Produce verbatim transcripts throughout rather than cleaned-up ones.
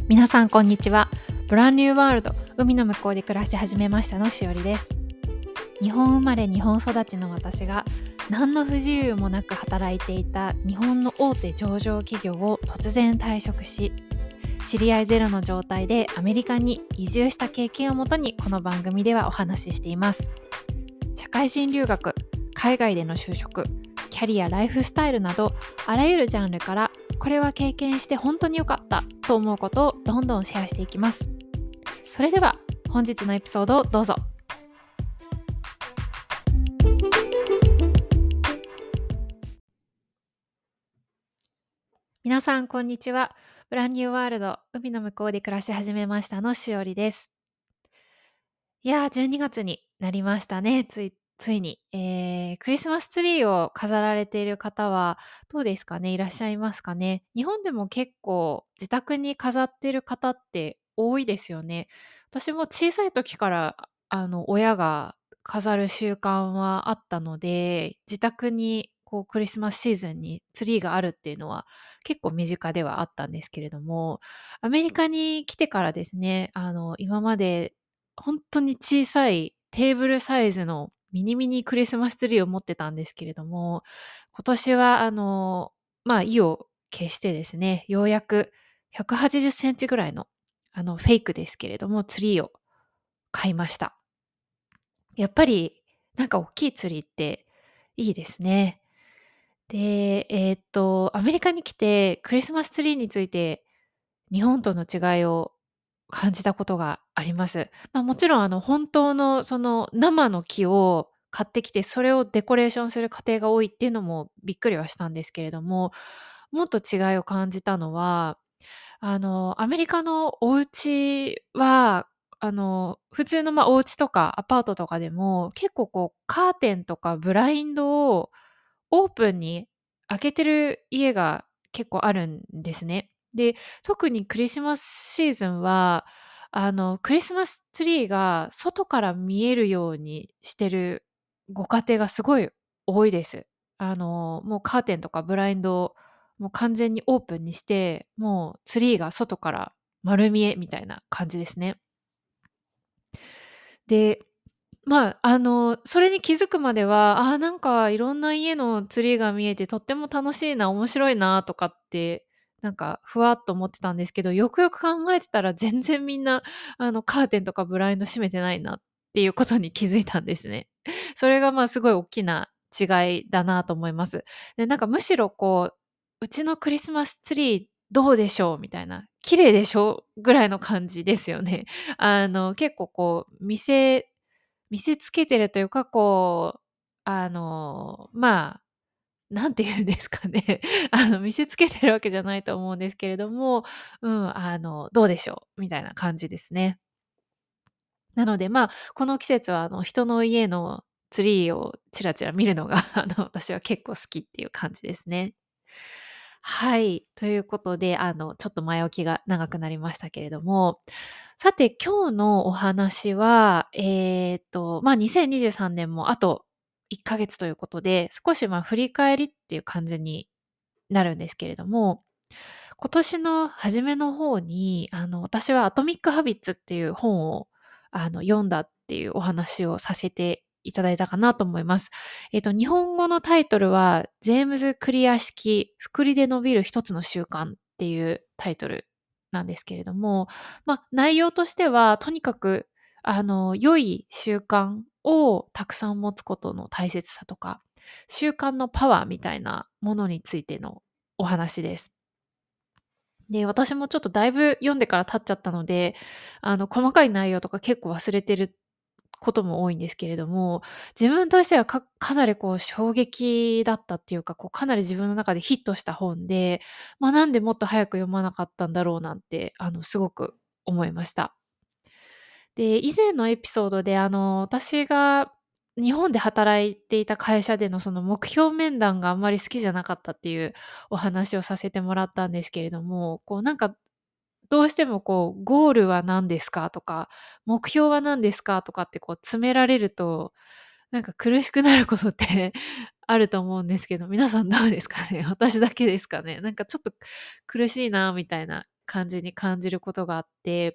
皆さんこんにちは。ブランニューワールド、海の向こうで暮らし始めましたのしおりです。日本生まれ日本育ちの私が何の不自由もなく働いていた日本の大手上場企業を突然退職し、知り合いゼロの状態でアメリカに移住した経験をもとにこの番組ではお話ししています。社会人留学、海外での就職、キャリア、ライフスタイルなどあらゆるジャンルからこれは経験して本当に良かったと思うことをどんどんシェアしていきます。それでは本日のエピソードをどうぞ。皆さんこんにちは。ブランニューワールド、海の向こうで暮らし始めましたのしおりです。いやー、じゅうにがつになりましたね。ついついに、えー、クリスマスツリーを飾られている方はどうですかね、いらっしゃいますかね。日本でも結構自宅に飾っている方って多いですよね。私も小さい時からあの親が飾る習慣はあったので、自宅にこうクリスマスシーズンにツリーがあるっていうのは結構身近ではあったんですけれども、アメリカに来てからですね、あの今まで本当に小さいテーブルサイズのミニミニクリスマスツリーを持ってたんですけれども、今年はあの、まあ、意を決してですね、ようやくひゃくはちじゅっセンチぐらいの、あの、フェイクですけれども、ツリーを買いました。やっぱり、なんか大きいツリーっていいですね。で、えーっと、アメリカに来てクリスマスツリーについて日本との違いを感じたことがあります。まあ、もちろんあの本当のその生の木を買ってきて、それをデコレーションする家庭が多いっていうのもびっくりはしたんですけれども、もっと違いを感じたのは、あの、アメリカのお家は、あの、普通の、ま、お家とかアパートとかでも、結構こうカーテンとかブラインドをオープンに開けてる家が結構あるんですね。で、特にクリスマスシーズンは、あの、クリスマスツリーが外から見えるようにしてるご家庭がすごい多いです。あの、もうカーテンとかブラインドをもう完全にオープンにして、もうツリーが外から丸見えみたいな感じですね。で、まあ、あの、それに気づくまでは、ああ、なんかいろんな家のツリーが見えてとっても楽しいな、面白いなとかって、なんかふわっと思ってたんですけど、よくよく考えてたら全然みんな、あの、カーテンとかブラインド閉めてないなっていうことに気づいたんですね。それが、まあ、すごい大きな違いだなと思います。で、なんかむしろこう、うちのクリスマスツリーどうでしょうみたいな、綺麗でしょぐらいの感じですよね。あの、結構こう、見せ見せつけてるというか、こう、あの、まあ、なんて言うんですかね。あの、見せつけてるわけじゃないと思うんですけれども、うん、あの、どうでしょうみたいな感じですね。なので、まあ、この季節は、あの、人の家のツリーをちらちら見るのが、あの、私は結構好きっていう感じですね。はい。ということで、あの、ちょっと前置きが長くなりましたけれども、さて今日のお話は、えっと、まあ、にせんにじゅうさんねんもあといっかげつということで、少し、ま、振り返りっていう感じになるんですけれども、今年の初めの方に、あの、私はアトミック・ハビッツっていう本を、あの、読んだっていうお話をさせていただいたかなと思います。えっと、日本語のタイトルは、ジェームズ・クリア式、複利で伸びる一つの習慣っていうタイトルなんですけれども、まあ、内容としては、とにかく、あの、良い習慣をたくさん持つことの大切さとか、習慣のパワーみたいなものについてのお話です。で、私もちょっとだいぶ読んでから経っちゃったので、あの、細かい内容とか結構忘れてることも多いんですけれども、自分としてはかかなりこう衝撃だったっていうか、こうかなり自分の中でヒットした本で、ま、なんでもっと早く読まなかったんだろうなんて、あの、すごく思いました。で、以前のエピソードで、あの、私が日本で働いていた会社でのその目標面談があんまり好きじゃなかったっていうお話をさせてもらったんですけれども、こうなんかどうしてもこうゴールは何ですかとか、目標は何ですかとかってこう詰められると、なんか苦しくなることってあると思うんですけど、皆さんどうですかね？私だけですかね？なんかちょっと苦しいなみたいな感じに感じることがあって、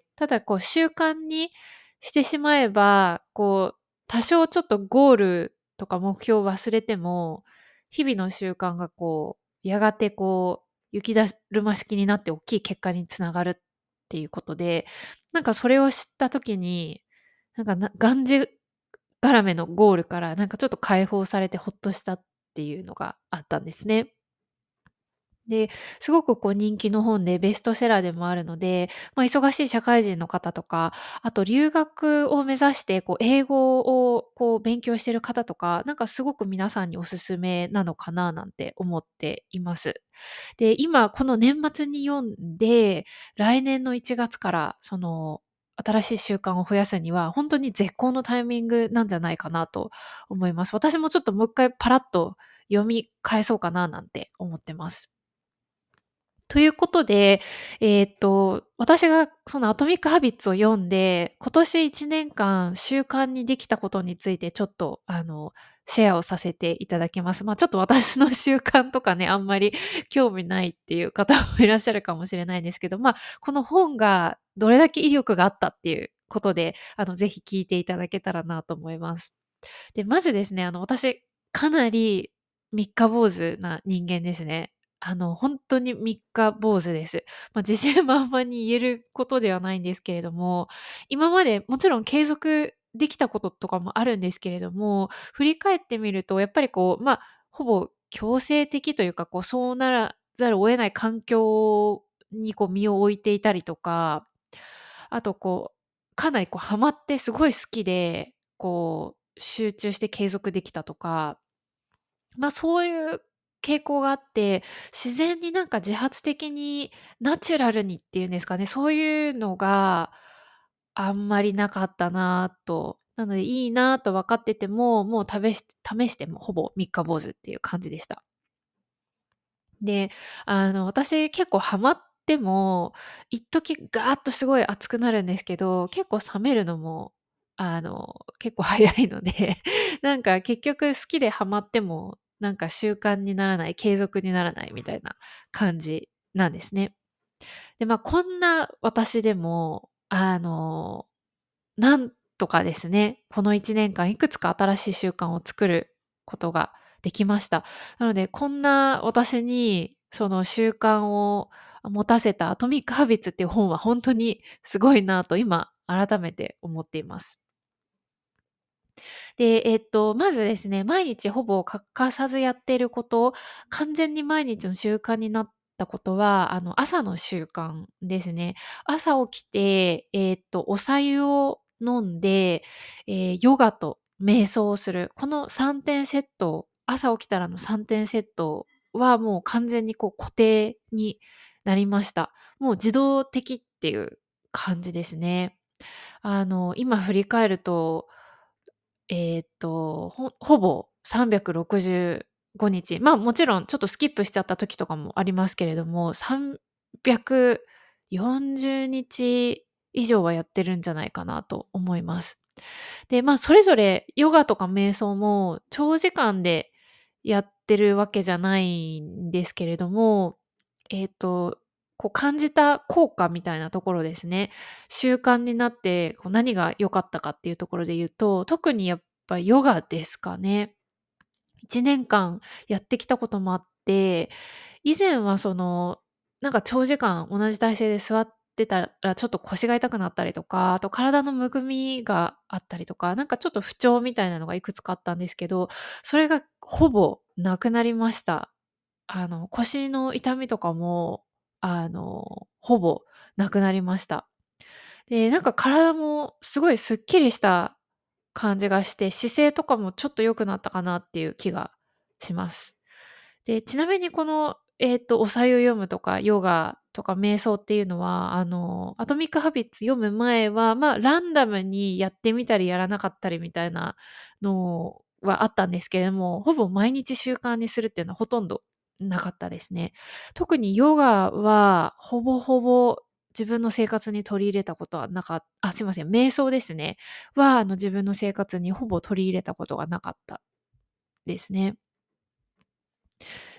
ただこう習慣にしてしまえば、こう多少ちょっとゴールとか目標を忘れても、日々の習慣がこう、やがてこう、雪だるま式になって大きい結果につながるっていうことで、なんかそれを知った時に、なんかながんじがらめのゴールからなんかちょっと解放されてほっとしたっていうのがあったんですね。で、すごくこう人気の本でベストセラーでもあるので、まあ、忙しい社会人の方とか、あと留学を目指してこう英語をこう勉強している方とか、なんかすごく皆さんにおすすめなのかななんて思っています。で、今この年末に読んで、来年のいちがつからその新しい習慣を増やすには、本当に絶好のタイミングなんじゃないかなと思います。私もちょっともう一回パラッと読み返そうかななんて思ってます。ということで、えっと、私がそのアトミック・ハビッツを読んで、今年いちねんかん習慣にできたことについてちょっとあの、シェアをさせていただきます。ま、ちょっと私の習慣とかね、あんまり興味ないっていう方もいらっしゃるかもしれないんですけど、ま、この本がどれだけ威力があったっていうことで、あの、ぜひ聞いていただけたらなと思います。で、まずですね、あの、私、かなり三日坊主な人間ですね。あの、ほんとに三日坊主です。ま、自信満々に言えることではないんですけれども、今までもちろん継続できたこととかもあるんですけれども、振り返ってみるとやっぱりこう、ま、ほぼ強制的というか、こう、そうならざるを得ない環境にこう身を置いていたりとか、あとこう、かなりこうハマってすごい好きで、こう集中して継続できたとか、ま、そういう傾向があって、自然になんか自発的にナチュラルにっていうんですかね、そういうのがあんまりなかったなと。なのでいいなと分かってても、もうためし試してもほぼ三日坊主っていう感じでした。で、あの、私結構ハマっても、一時ガーッとすごい熱くなるんですけど、結構冷めるのも、あの、結構早いので、なんか結局好きでハマっても、なんか習慣にならない、継続にならないみたいな感じなんですね。で、ま、こんな私でも、あの、なんとかですね、このいちねんかんいくつか新しい習慣を作ることができました。なので、こんな私にその習慣を持たせたアトミック・ハビッツっていう本はほんとにすごいなと今改めて思っています。で、えっと、まずですね、毎日ほぼ欠かさずやっていること、完全に毎日の習慣になったことは、あの、朝の習慣ですね。朝起きて、えっと、お白湯を飲んで、えーヨガと瞑想をする。このさんてんセット、朝起きたらのさんてんセットはもう完全にこう固定になりました。もう自動的っていう感じですね。あの、今振り返るとえっと、ほほぼさんびゃくろくじゅうごにち、まあ、もちろんちょっとスキップしちゃった時とかもありますけれども、さんびゃくよんじゅうにち以上はやってるんじゃないかなと思います。で、まあ、それぞれヨガとか瞑想も長時間でやってるわけじゃないんですけれども、えっと、こう感じた効果みたいなところですね。習慣になって、こう何が良かったかっていうところで言うと、特にやっぱヨガですかね。いちねんかんやってきたこともあって、以前はその、なんか長時間同じ体勢で座ってたらちょっと腰が痛くなったりとか、あと体のむくみがあったりとか、なんかちょっと不調みたいなのがいくつかあったんですけど、それがほぼなくなりました。あの、腰の痛みとかも、あの、ほぼなくなりました。で、なんか体もすごいすっきりした感じがして、姿勢とかもちょっと良くなったかなっていう気がします。で、ちなみにこの、えっと、お白湯読むとか、ヨガとか瞑想っていうのは、あの、アトミック・ハビッツ読む前は、まあ、ランダムにやってみたりやらなかったりみたいなのはあったんですけれども、ほぼ毎日習慣にするっていうのはほとんどなかったですね。特にヨガは、ほぼほぼ自分の生活に取り入れたことはなかっあ、すいません、瞑想ですね。は、あの、自分の生活にほぼ取り入れたことがなかったですね。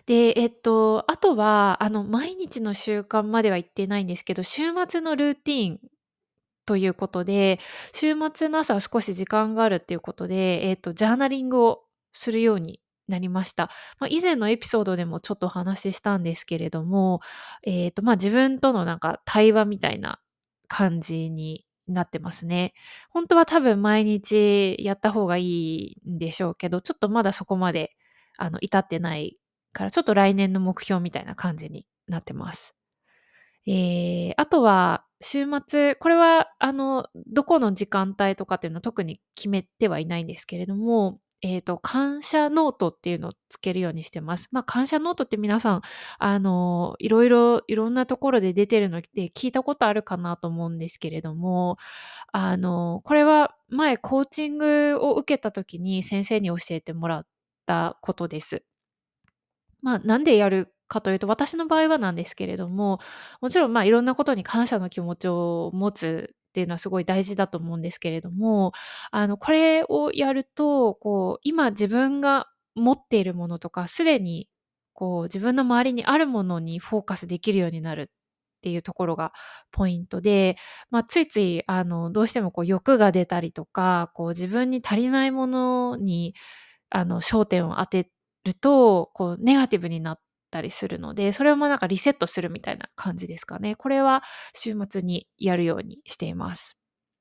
で、えっと、あとは、あの、毎日の習慣までは行ってないんですけど、週末のルーティーンということで、週末の朝は少し時間があるっていうことで、えっと、ジャーナリングをするようになりました。まあ、以前のエピソードでもちょっとお話ししたんですけれども、えっと、まあ、自分とのなんか対話みたいな感じになってますね。本当は多分毎日やった方がいいんでしょうけど、ちょっとまだそこまで、あの、至ってないから、ちょっと来年の目標みたいな感じになってます。ええ、あとは週末、これはあの、どこの時間帯とかっていうのは特に決めてはいないんですけれども、えっと、感謝ノートっていうのをつけるようにしてます。ま、感謝ノートって皆さん、あの、いろいろいろんなところで出てるのって聞いたことあるかなと思うんですけれども、あの、これは前コーチングを受けた時に先生に教えてもらったことです。まあ、なんでやるかというと、私の場合はなんですけれども、もちろん、まあ、いろんなことに感謝の気持ちを持つっていうのはすごい大事だと思うんですけれども、あの、これをやると、こう、今自分が持っているものとか、すでに、こう、自分の周りにあるものにフォーカスできるようになるっていうところがポイントで、まあ、ついつい、あの、どうしてもこう欲が出たりとか、こう自分に足りないものにあの、焦点を当てると、こうネガティブになったりするので、それをま、なんかリセットするみたいな感じですかね。これは週末にやるようにしています。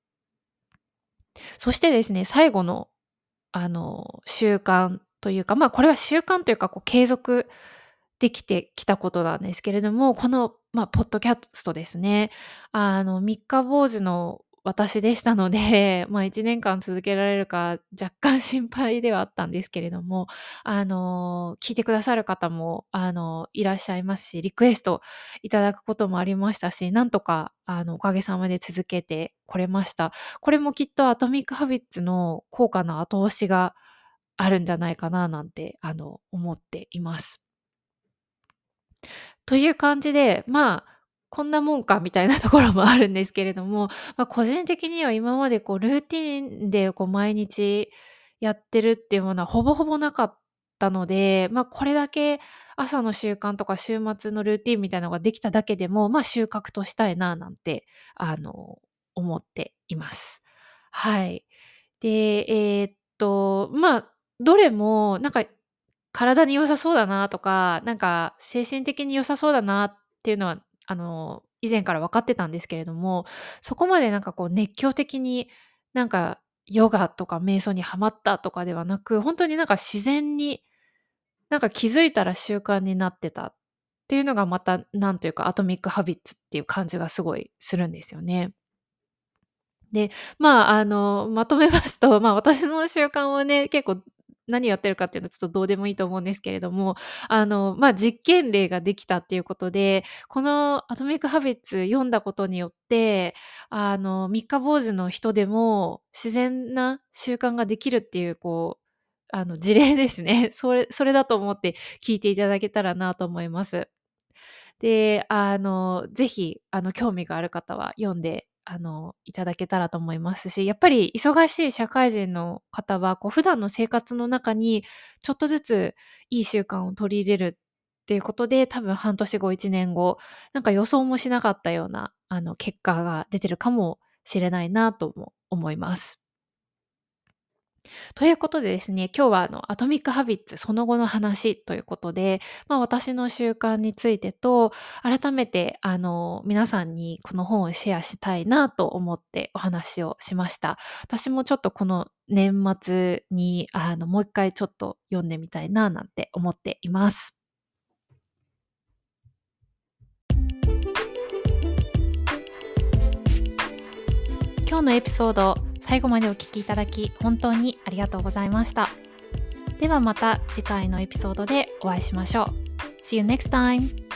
そしてですね、最後の、あの、習慣というか、ま、これは習慣というか、こう継続できてきたことなんですけれども、この、ま、ポッドキャストですね。あの、三日坊主の私でしたので、ま、いちねんかん続けられるか若干心配ではあったんですけれども、あの、聞いてくださる方も、あの、いらっしゃいますし、リクエストいただくこともありましたし、なんとか、あの、おかげさまで続けてこれました。これもきっとアトミック・ハビッツの効果の後押しがあるんじゃないかななんて、あの、思っています。という感じで、まあ、こんなもんかみたいなところもあるんですけれども、ま、個人的には今までこうルーティンでこう毎日やってるっていうものはほぼほぼなかったので、ま、これだけ朝の習慣とか週末のルーティンみたいなのができただけでも、ま、収穫としたいななんて、あの、思っています。はい。で、えっと、まあ、どれもなんか体に良さそうだなとか、なんか精神的に良さそうだなっていうのは、あの、以前から分かってたんですけれども、そこまでなんかこう熱狂的になんかヨガとか瞑想にハマったとかではなく、ほんとになんか自然に、なんか気づいたら習慣になってたっていうのがまた、なんというかアトミックハビッツっていう感じがすごいするんですよね。で、まあ、あの、まとめますと、まあ、私の習慣はね、結構何やってるかっていうのはちょっとどうでもいいと思うんですけれども、あの、まあ、実験例ができたっていうことで、このアトミック・ハビッツ読んだことによって、あの、三日坊主の人でも自然な習慣ができるっていう、こう、あの、事例ですね。それそれだと思って聞いていただけたらなと思います。で、あの、ぜひ、あの、興味がある方は読んで、あの、いただけたらと思いますし、やっぱり忙しい社会人の方は、こう、普段の生活の中にちょっとずついい習慣を取り入れるっていうことで、多分半年後、いちねんご、なんか予想もしなかったような、あの、結果が出てるかもしれないなとも思います。ということでですね、今日はあのアトミック・ハビッツその後の話ということで、まあ、私の習慣についてと、改めてあの皆さんにこの本をシェアしたいなと思ってお話をしました。私もちょっとこの年末にあのもう一回ちょっと読んでみたいななんて思っています。今日のエピソード、最後までお聞きいただき本当にありがとうございました。ではまた次回のエピソードでお会いしましょう。See you next time!